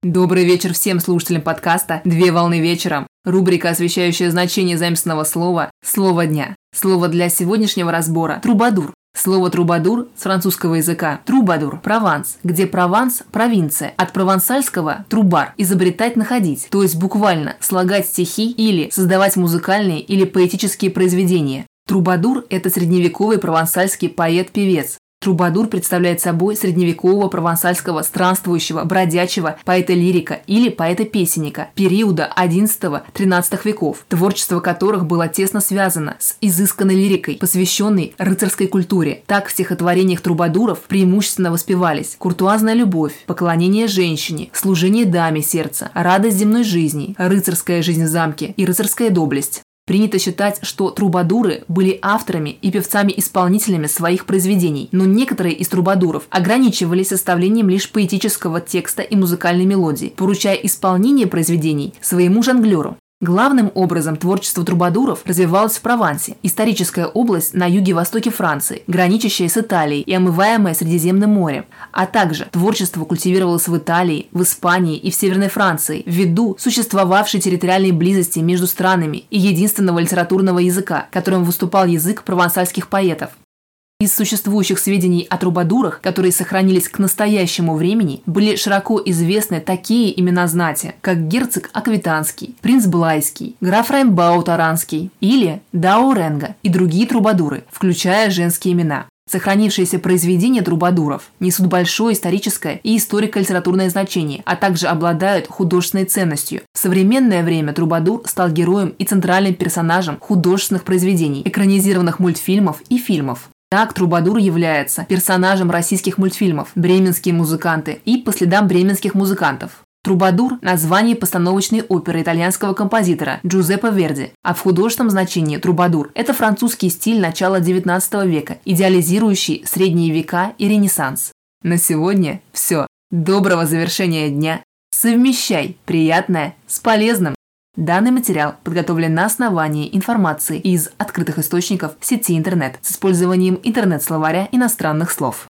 Добрый вечер всем слушателям подкаста «Две волны вечером». Рубрика, освещающая значение заимственного слова «Слово дня». Слово для сегодняшнего разбора – «трубадур». Слово «трубадур» с французского языка «трубадур» – Прованс, где Прованс – провинция, от провансальского «трубар» – изобретать, находить, то есть буквально слагать стихи или создавать музыкальные или поэтические произведения. Трубадур – это средневековый провансальский поэт-певец. Трубадур представляет собой средневекового провансальского странствующего, бродячего поэта-лирика или поэта-песенника периода XI-XIII веков, творчество которых было тесно связано с изысканной лирикой, посвященной рыцарской культуре. Так в стихотворениях трубадуров преимущественно воспевались куртуазная любовь, поклонение женщине, служение даме сердца, радость земной жизни, рыцарская жизнь в замке и рыцарская доблесть. Принято считать, что трубадуры были авторами и певцами-исполнителями своих произведений, но некоторые из трубадуров ограничивались составлением лишь поэтического текста и музыкальной мелодии, поручая исполнение произведений своему жонглеру. Главным образом творчество трубадуров развивалось в Провансе, историческая область на юге-востоке Франции, граничащая с Италией и омываемая Средиземным морем, а также творчество культивировалось в Италии, в Испании и в Северной Франции ввиду существовавшей территориальной близости между странами и единственного литературного языка, которым выступал язык провансальских поэтов. Из существующих сведений о трубадурах, которые сохранились к настоящему времени, были широко известны такие имена знати, как герцог Аквитанский, принц Блайский, граф Раймбау Таранский или Дауренго и другие трубадуры, включая женские имена. Сохранившиеся произведения трубадуров несут большое историческое и историко-литературное значение, а также обладают художественной ценностью. В современное время трубадур стал героем и центральным персонажем художественных произведений, экранизированных мультфильмов и фильмов. Так, трубадур является персонажем российских мультфильмов «Бременские музыканты» и «По следам бременских музыкантов». Трубадур – название постановочной оперы итальянского композитора Джузеппе Верди, а в художественном значении трубадур – это французский стиль начала XIX века, идеализирующий средние века и Ренессанс. На сегодня все. Доброго завершения дня. Совмещай приятное с полезным. Данный материал подготовлен на основании информации из открытых источников сети интернет с использованием интернет-словаря иностранных слов.